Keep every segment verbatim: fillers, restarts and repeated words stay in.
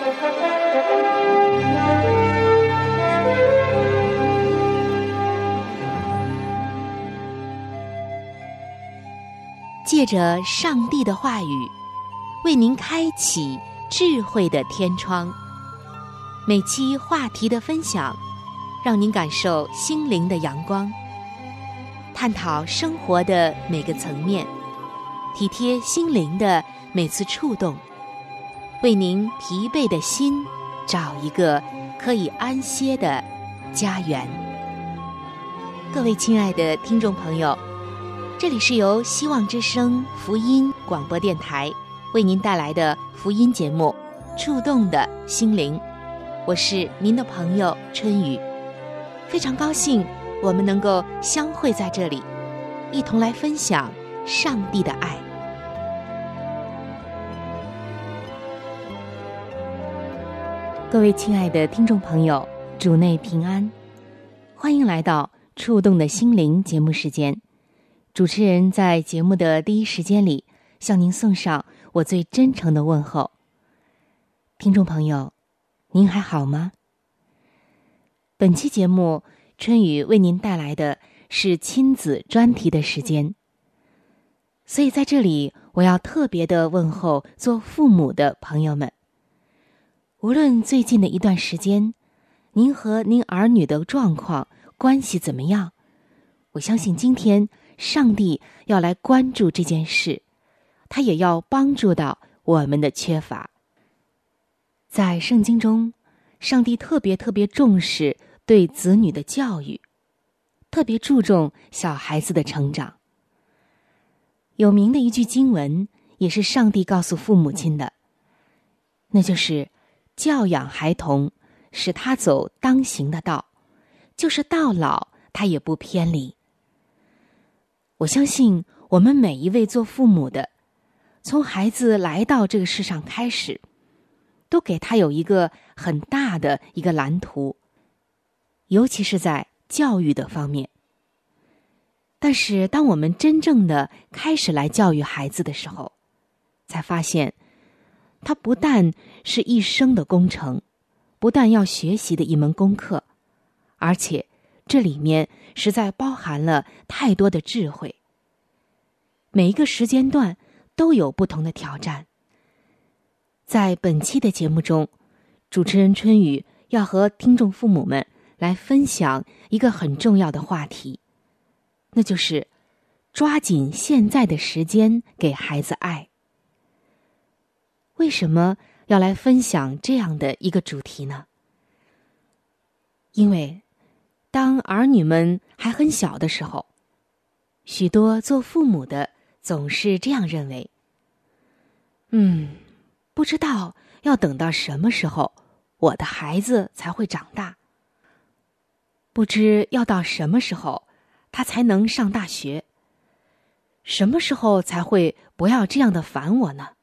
借着上帝的话语，为您开启智慧的天窗。每期话题的分享，让您感受心灵的阳光，探讨生活的每个层面，体贴心灵的每次触动，为您疲惫的心找一个可以安歇的家园。各位亲爱的听众朋友，这里是由希望之声福音广播电台为您带来的福音节目《触动的心灵》，我是您的朋友春雨，非常高兴我们能够相会在这里，一同来分享上帝的爱。各位亲爱的听众朋友，主内平安，欢迎来到《触动的心灵》节目时间。主持人在节目的第一时间里向您送上我最真诚的问候。听众朋友，您还好吗？本期节目春雨为您带来的是亲子专题的时间，所以在这里我要特别的问候做父母的朋友们。无论最近的一段时间您和您儿女的状况关系怎么样，我相信今天上帝要来关注这件事，他也要帮助到我们的缺乏。在圣经中，上帝特别特别重视对子女的教育，特别注重小孩子的成长。有名的一句经文也是上帝告诉父母亲的，那就是教养孩童，使他走当行的道，就是到老他也不偏离。我相信我们每一位做父母的，从孩子来到这个世上开始，都给他有一个很大的一个蓝图，尤其是在教育的方面。但是当我们真正的开始来教育孩子的时候，才发现它不但是一生的工程，不但要学习的一门功课，而且这里面实在包含了太多的智慧。每一个时间段都有不同的挑战。在本期的节目中，主持人春雨要和听众父母们来分享一个很重要的话题，那就是抓紧现在的时间给孩子爱。为什么要来分享这样的一个主题呢？因为当儿女们还很小的时候，许多做父母的总是这样认为，嗯，不知道要等到什么时候我的孩子才会长大，不知要到什么时候他才能上大学，什么时候才会不要这样的烦我呢？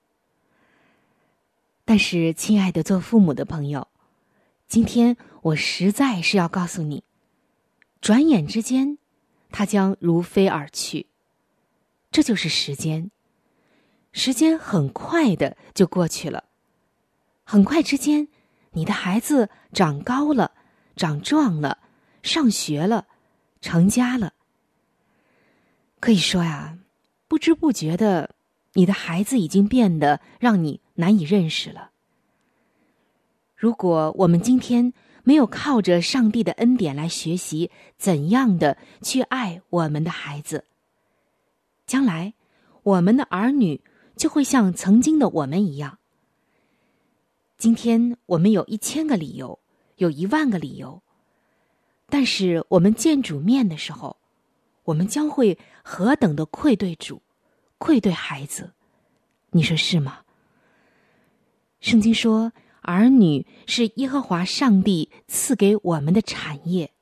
但是亲爱的做父母的朋友，今天我实在是要告诉你，转眼之间它将如飞而去。这就是时间，时间很快的就过去了，很快之间你的孩子长高了，长壮了，上学了，成家了。可以说呀，不知不觉的你的孩子已经变得让你难以认识了。如果我们今天没有靠着上帝的恩典来学习怎样的去爱我们的孩子，将来我们的儿女就会像曾经的我们一样。今天我们有一千个理由，有一万个理由，但是我们见主面的时候，我们将会何等的愧对主，愧对孩子，你说是吗？圣经说，儿女是耶和华上帝赐给我们的产业。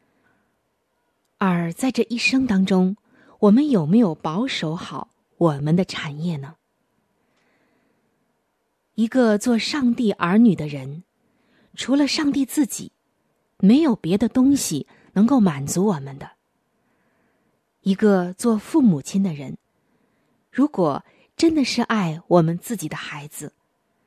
而在这一生当中，我们有没有保守好我们的产业呢？一个做上帝儿女的人，除了上帝自己，没有别的东西能够满足我们的。一个做父母亲的人，如果真的是爱我们自己的孩子，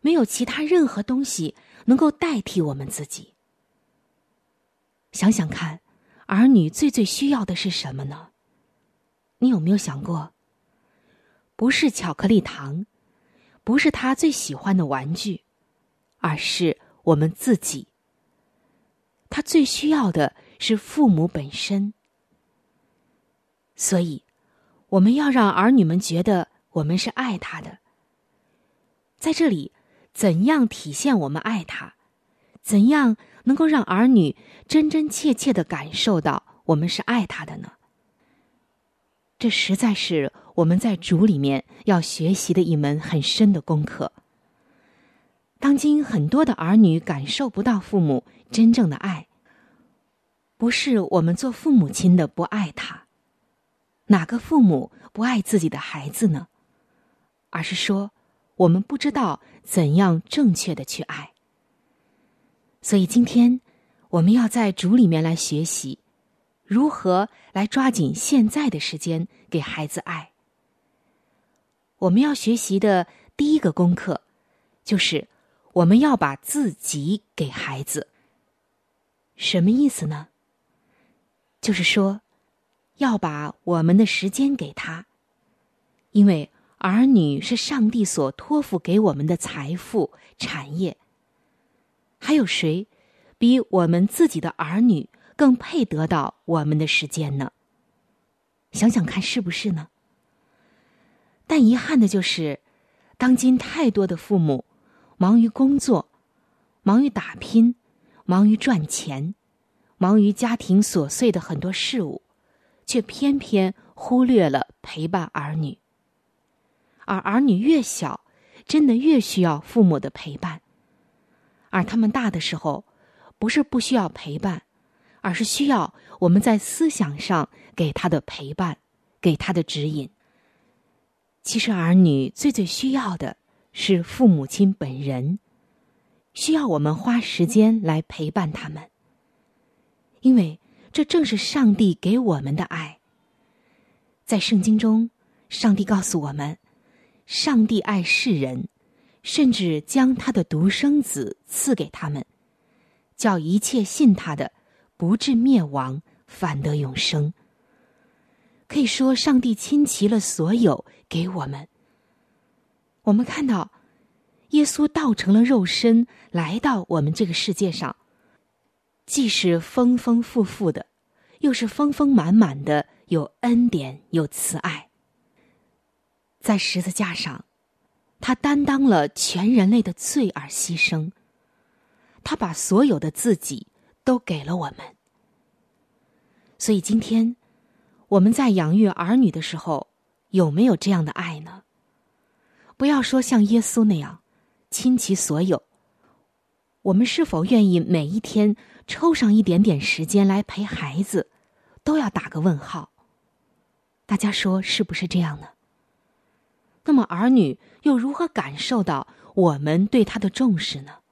没有其他任何东西能够代替我们自己。想想看，儿女最最需要的是什么呢？你有没有想过？不是巧克力糖，不是他最喜欢的玩具，而是我们自己。他最需要的是父母本身。所以，我们要让儿女们觉得我们是爱他的。在这里，怎样体现我们爱他？怎样能够让儿女真真切切地感受到我们是爱他的呢？这实在是我们在主里面要学习的一门很深的功课。当今很多的儿女感受不到父母真正的爱，不是我们做父母亲的不爱他，哪个父母不爱自己的孩子呢？而是说我们不知道怎样正确的去爱。所以今天我们要在主里面来学习如何来抓紧现在的时间给孩子爱。我们要学习的第一个功课就是我们要把自己给孩子。什么意思呢？就是说要把我们的时间给他，因为儿女是上帝所托付给我们的财富、产业。还有谁比我们自己的儿女更配得到我们的时间呢？想想看，是不是呢？但遗憾的就是，当今太多的父母忙于工作，忙于打拼，忙于赚钱，忙于家庭琐碎的很多事物，却偏偏忽略了陪伴儿女。而儿女越小，真的越需要父母的陪伴。而他们大的时候，不是不需要陪伴，而是需要我们在思想上给他的陪伴，给他的指引。其实儿女最最需要的是父母亲本人，需要我们花时间来陪伴他们，因为这正是上帝给我们的爱。在圣经中，上帝告诉我们，上帝爱世人，甚至将他的独生子赐给他们，叫一切信他的不至灭亡，反得永生。可以说，上帝倾其了所有给我们。我们看到耶稣道成了肉身来到我们这个世界上，既是丰丰富富的，又是丰丰满满的，有恩典，有慈爱。在十字架上，他担当了全人类的罪而牺牲，他把所有的自己都给了我们。所以今天我们在养育儿女的时候，有没有这样的爱呢？不要说像耶稣那样倾其所有，我们是否愿意每一天抽上一点点时间来陪孩子，都要打个问号。大家说是不是这样呢？那么儿女又如何感受到我们对他的重视呢？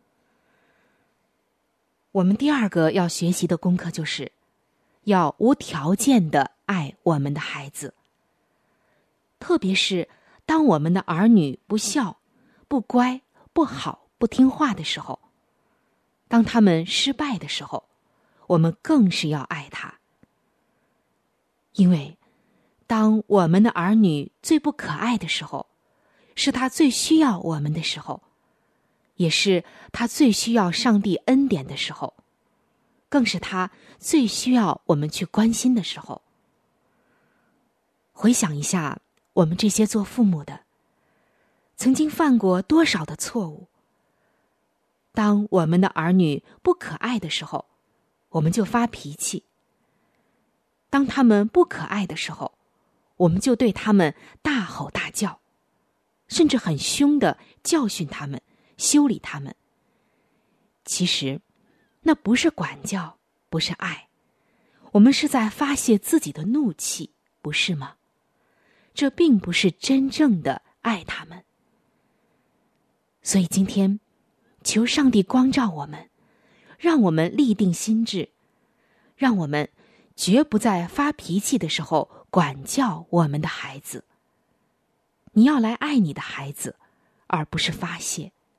我们第二个要学习的功课就是要无条件地爱我们的孩子。特别是当我们的儿女不孝、不乖、不好、不听话的时候，当他们失败的时候，我们更是要爱他。因为当我们的儿女最不可爱的时候，是他最需要我们的时候，也是他最需要上帝恩典的时候，更是他最需要我们去关心的时候。回想一下，我们这些做父母的，曾经犯过多少的错误。当我们的儿女不可爱的时候，我们就发脾气；当他们不可爱的时候，我们就对他们大吼大叫，甚至很凶地教训他们，修理他们。其实那不是管教，不是爱，我们是在发泄自己的怒气，不是吗？这并不是真正的爱他们。所以今天求上帝光照我们，让我们立定心志，让我们绝不在发脾气的时候管教我们的孩子。你要来爱你的孩子，而不是发泄。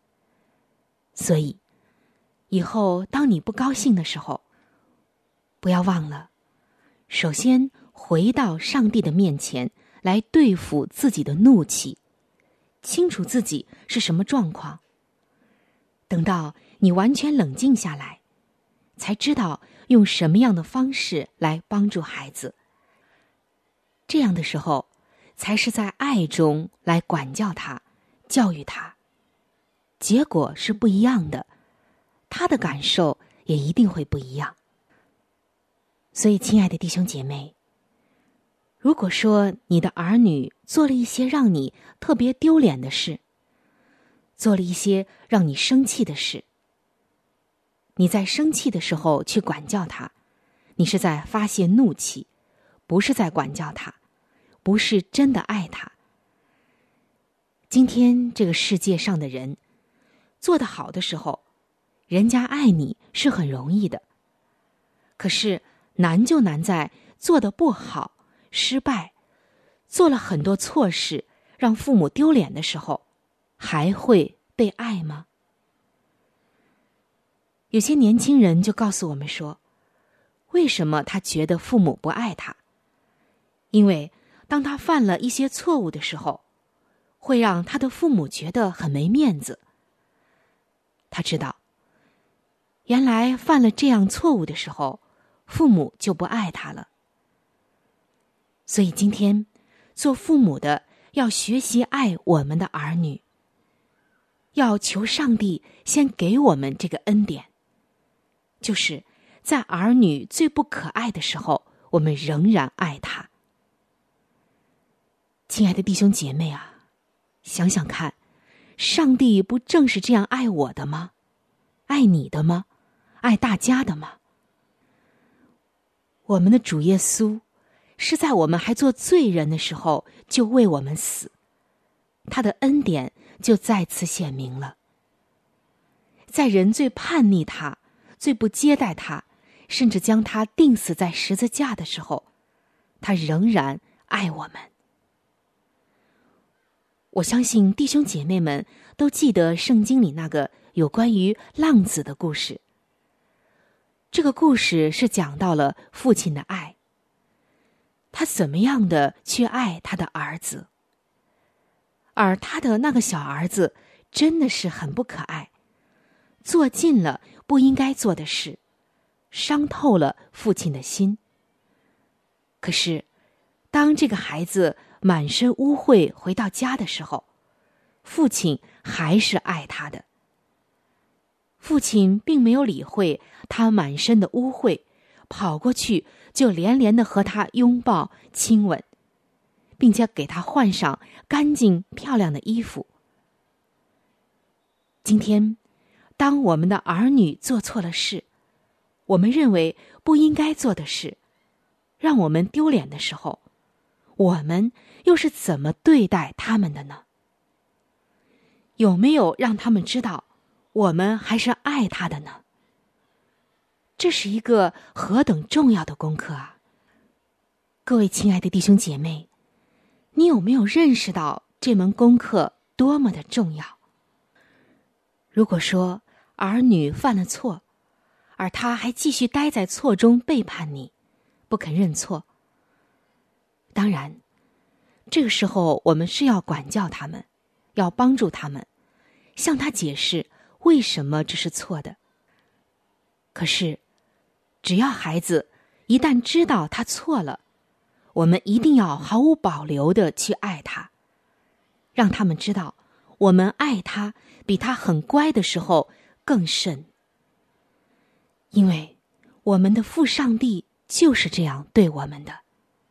所以以后当你不高兴的时候，不要忘了，首先回到上帝的面前来对付自己的怒气，清楚自己是什么状况。等到你完全冷静下来，才知道用什么样的方式来帮助孩子。这样的时候，才是在爱中来管教他，教育他。结果是不一样的，他的感受也一定会不一样。所以，亲爱的弟兄姐妹，如果说你的儿女做了一些让你特别丢脸的事，做了一些让你生气的事，你在生气的时候去管教他，你是在发泄怒气，不是在管教他，不是真的爱他。今天这个世界上的人做得好的时候，人家爱你是很容易的，可是难就难在做得不好，失败，做了很多错事，让父母丢脸的时候，还会被爱吗？有些年轻人就告诉我们说，为什么他觉得父母不爱他？因为当他犯了一些错误的时候，会让他的父母觉得很没面子。他知道，原来犯了这样错误的时候，父母就不爱他了。所以今天做父母的要学习爱我们的儿女，要求上帝先给我们这个恩典，就是在儿女最不可爱的时候，我们仍然爱他。亲爱的弟兄姐妹啊，想想看，上帝不正是这样爱我的吗？爱你的吗？爱大家的吗？我们的主耶稣是在我们还做罪人的时候就为我们死，他的恩典就再次显明了。在人最叛逆他，最不接待他，甚至将他钉死在十字架的时候，他仍然爱我们。我相信弟兄姐妹们都记得圣经里那个有关于浪子的故事。这个故事是讲到了父亲的爱，他怎么样的去爱他的儿子，而他的那个小儿子真的是很不可爱，做尽了不应该做的事，伤透了父亲的心。可是当这个孩子满身污秽回到家的时候，父亲还是爱他的。父亲并没有理会他满身的污秽，跑过去就连连的和他拥抱亲吻，并且给他换上干净漂亮的衣服。今天当我们的儿女做错了事，我们认为不应该做的事，让我们丢脸的时候，我们又是怎么对待他们的呢？有没有让他们知道我们还是爱他的呢？这是一个何等重要的功课啊！各位亲爱的弟兄姐妹，你有没有认识到这门功课多么的重要？如果说儿女犯了错，而他还继续待在错中背叛你，不肯认错，当然这个时候我们是要管教他们，要帮助他们，向他解释为什么这是错的。可是只要孩子一旦知道他错了，我们一定要毫无保留地去爱他，让他们知道我们爱他比他很乖的时候更甚。因为我们的父上帝就是这样对我们的。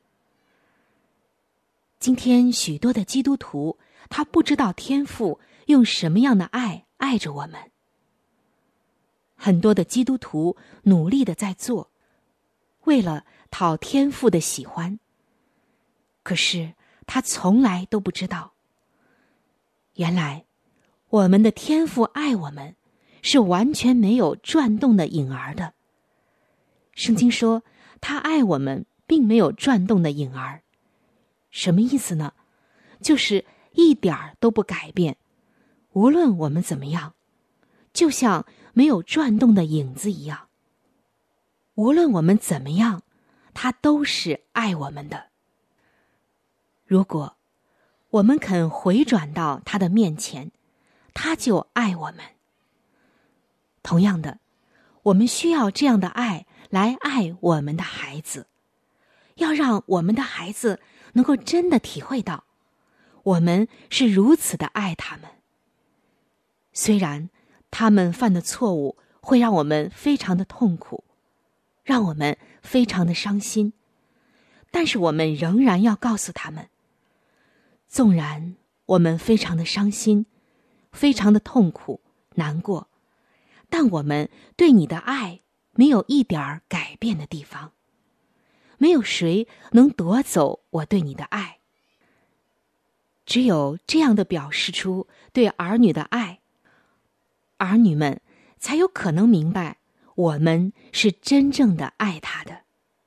今天许多的基督徒，他不知道天父用什么样的爱爱着我们。很多的基督徒努力的在做，为了讨天父的喜欢，可是他从来都不知道，原来我们的天父爱我们是完全没有转动的影儿的。圣经说他爱我们并没有转动的影儿，什么意思呢？就是一点儿都不改变，无论我们怎么样， 就像没有转动的影子一样。无论我们怎么样，他都是爱我们的。如果我们肯回转到他的面前，他就爱我们。同样的，我们需要这样的爱来爱我们的孩子，要让我们的孩子能够真的体会到我们是如此的爱他们。虽然他们犯的错误会让我们非常的痛苦，让我们非常的伤心，但是我们仍然要告诉他们，纵然我们非常的伤心，非常的痛苦难过，但我们对你的爱没有一点儿改变的地方，没有谁能夺走我对你的爱。只有这样的表示出对儿女的爱，儿女们才有可能明白我们是真正的爱他的。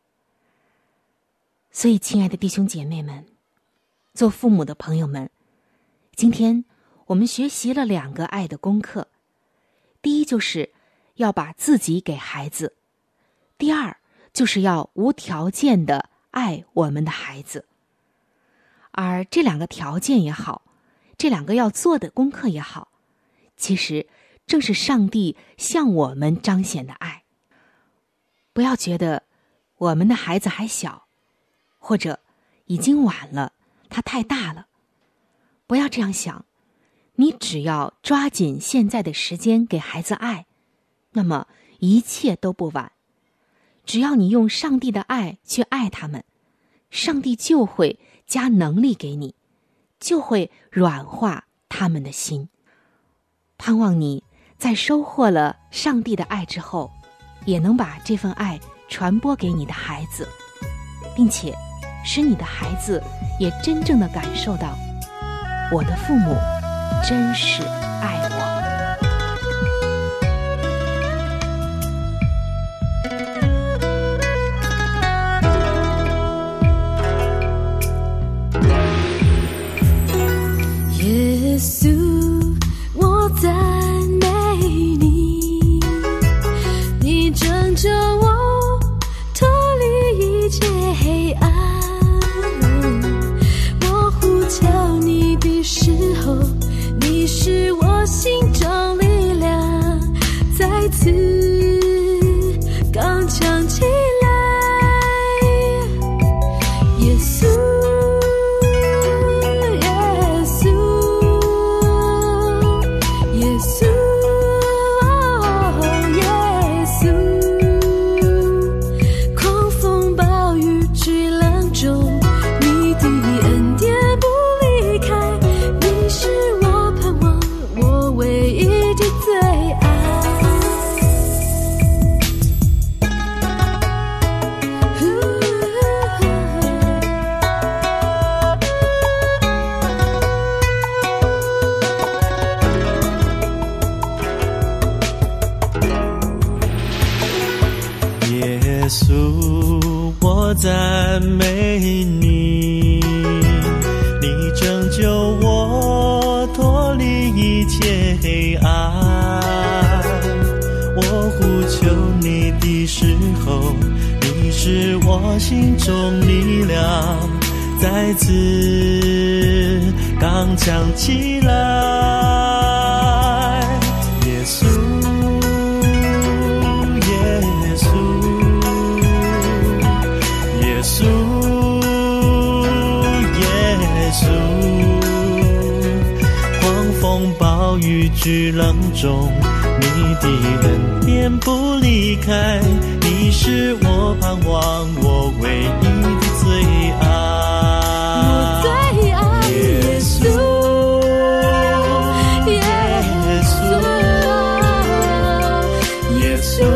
所以亲爱的弟兄姐妹们，做父母的朋友们，今天我们学习了两个爱的功课。第一，就是要把自己给孩子；第二，就是要无条件的爱我们的孩子。而这两个条件也好，这两个要做的功课也好，其实正是上帝向我们彰显的爱。不要觉得我们的孩子还小，或者已经晚了，他太大了。不要这样想，你只要抓紧现在的时间给孩子爱，那么一切都不晚。只要你用上帝的爱去爱他们，上帝就会加能力给你，就会软化他们的心。盼望你在收获了上帝的爱之后，也能把这份爱传播给你的孩子，并且使你的孩子也真正的感受到，我的父母真是爱我。 耶稣，我赞美你，你拯救我脱离一切黑暗。我呼求你的时候，你是我心中力量，再次刚强起来。耶稣， 耶稣，我赞美你，你拯救我脱离一切黑暗。我呼求你的时候，你是我心中力量，再次刚强起来。耶稣，暴雨巨浪中，你的恩典不离开，你是我盼望，我唯一的最爱。 我最爱耶稣，耶稣，耶稣，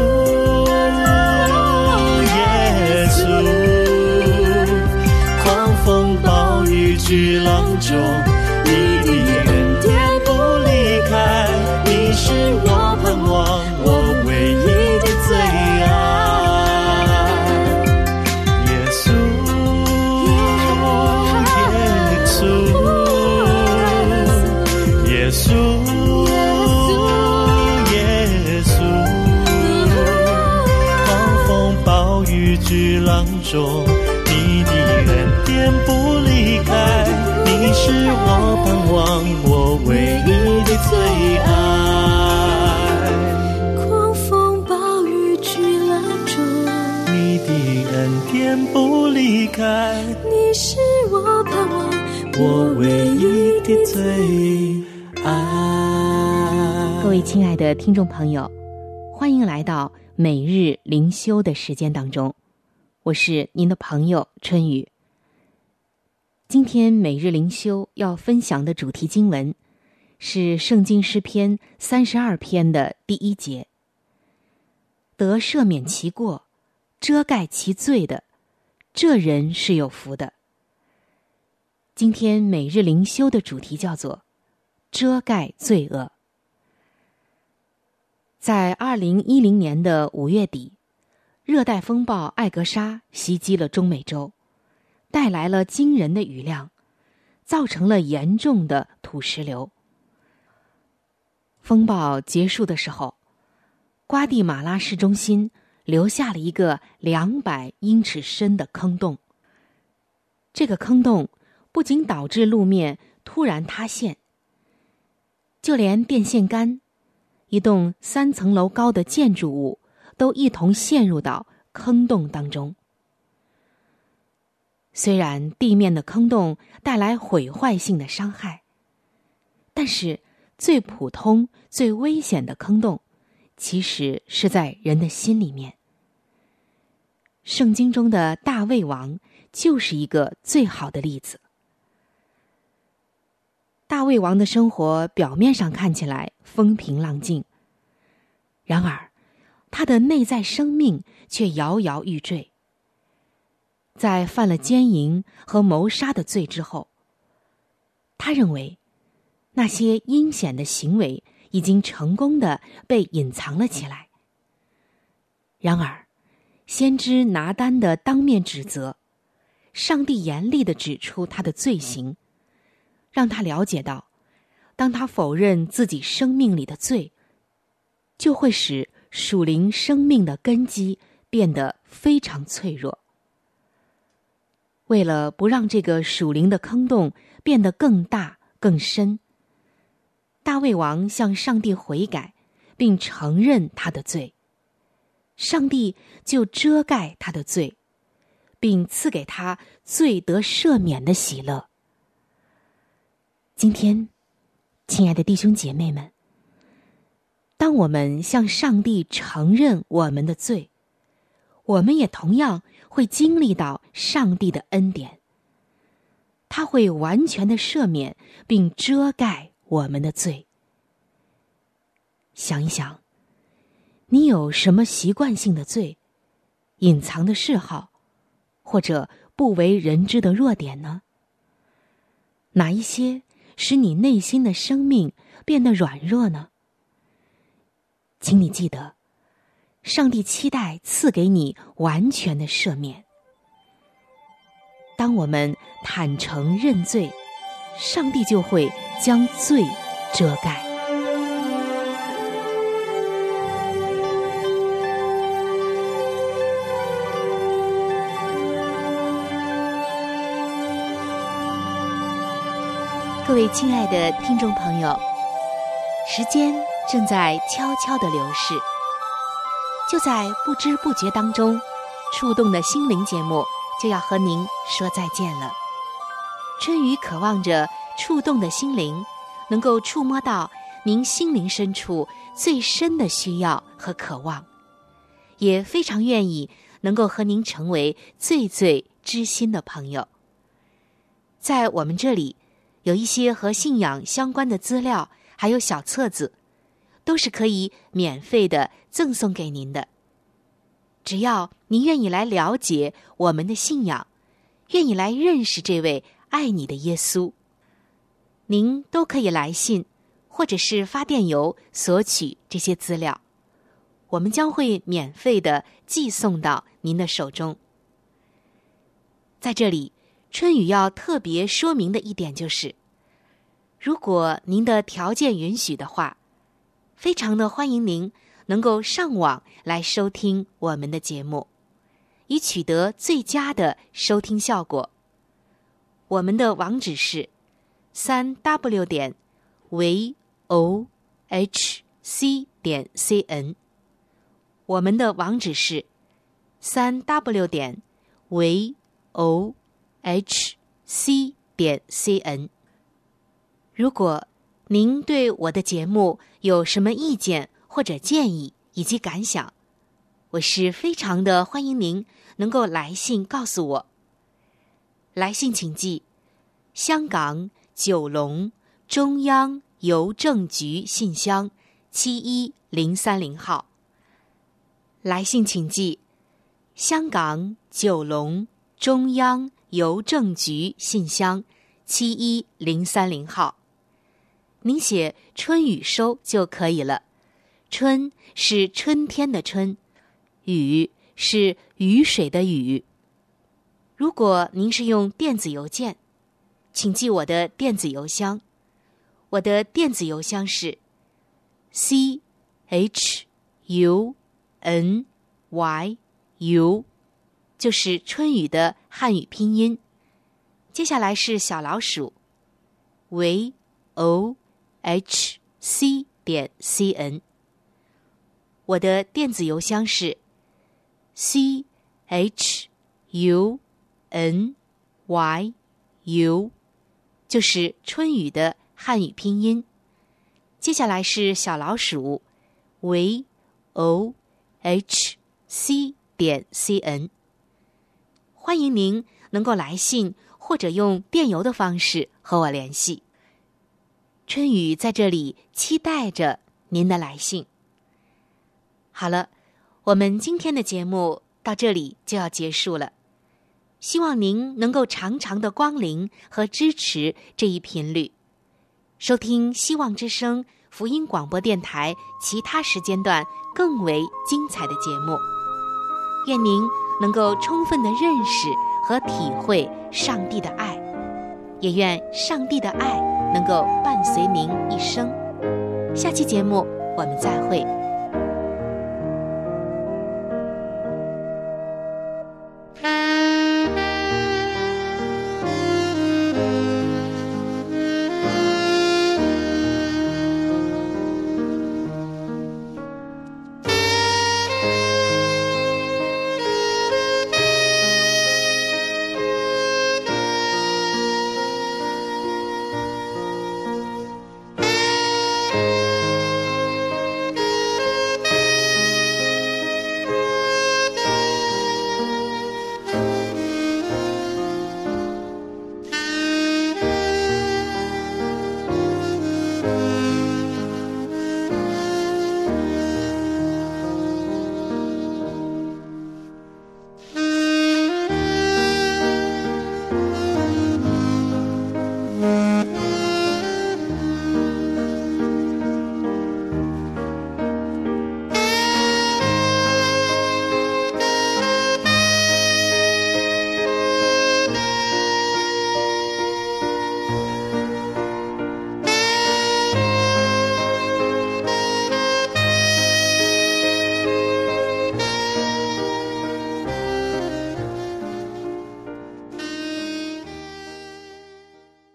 耶稣，狂风暴雨巨浪中，你的恩典你是我盼望，我唯一的最爱。耶稣，耶稣，耶稣，耶巨浪中，你的恩典不离开，你是我盼望，我唯一的最爱。 狂风暴雨巨浪中， 你的恩典不离开， 你是我盼望， 我唯一的最爱。 各位亲爱的听众朋友，欢迎来到每日灵修的时间当中，我是您的朋友春雨。今天每日灵修要分享的主题经文是圣经诗篇三十二篇的第一节，得赦免其过，遮盖其罪的，这人是有福的。今天每日灵修的主题叫做遮盖罪恶。在二零一零年的五月底，热带风暴艾格莎袭击了中美洲，带来了惊人的雨量，造成了严重的土石流。风暴结束的时候，瓜地马拉市中心留下了一个两百英尺深的坑洞。这个坑洞不仅导致路面突然塌陷，就连电线杆、一栋三层楼高的建筑物都一同陷入到坑洞当中。虽然地面的坑洞带来毁坏性的伤害，但是最普通、最危险的坑洞，其实是在人的心里面。圣经中的大卫王就是一个最好的例子。大卫王的生活表面上看起来风平浪静，然而他的内在生命却摇摇欲坠。在犯了奸淫和谋杀的罪之后，他认为那些阴险的行为已经成功地被隐藏了起来。然而先知拿单的当面指责，上帝严厉地指出他的罪行，让他了解到，当他否认自己生命里的罪，就会使属灵生命的根基变得非常脆弱。为了不让这个属灵的坑洞变得更大更深，大卫王向上帝悔改，并承认他的罪，上帝就遮盖他的罪，并赐给他罪得赦免的喜乐。今天，亲爱的弟兄姐妹们，当我们向上帝承认我们的罪，我们也同样会经历到上帝的恩典，他会完全的赦免并遮盖我们的罪。想一想，你有什么习惯性的罪、隐藏的嗜好，或者不为人知的弱点呢？哪一些使你内心的生命变得软弱呢？请你记得，上帝期待赐给你完全的赦免。当我们坦诚认罪，上帝就会将罪遮盖。各位亲爱的听众朋友，时间正在悄悄地流逝，就在不知不觉当中，触动的心灵节目就要和您说再见了。春雨渴望着触动的心灵能够触摸到您心灵深处最深的需要和渴望，也非常愿意能够和您成为最最知心的朋友。在我们这里有一些和信仰相关的资料，还有小册子，都是可以免费的赠送给您的。只要您愿意来了解我们的信仰，愿意来认识这位爱你的耶稣，您都可以来信或者是发电邮索取这些资料，我们将会免费的寄送到您的手中。在这里，春雨要特别说明的一点就是，如果您的条件允许的话，非常的欢迎您能够上网来收听我们的节目， 以取得最佳的收听效果。我们的网址是三 w 点 v o h c 点 c n。我们的网址是三 w 点 v o h c 点 c n。如果您对我的节目有什么意见或者建议以及感想，我是非常的欢迎您能够来信告诉我。来信请寄香港九龙中央邮政局信箱七一零三零号。来信请寄香港九龙中央邮政局信箱七一零三零号。您写春雨收就可以了。春是春天的春，雨是雨水的雨。如果您是用电子邮件，请记我的电子邮箱。我的电子邮箱是 c h u n y u， 就是春雨的汉语拼音。接下来是小老鼠 v o h c 点 c n。我的电子邮箱是 c h u n y u， 就是春雨的汉语拼音。接下来是小老鼠 v o h c 点 c n。欢迎您能够来信或者用电邮的方式和我联系。春雨在这里期待着您的来信。好了，我们今天的节目到这里就要结束了。希望您能够常常的光临和支持这一频率，收听希望之声福音广播电台其他时间段更为精彩的节目。愿您能够充分的认识和体会上帝的爱，也愿上帝的爱能够伴随您一生。下期节目我们再会。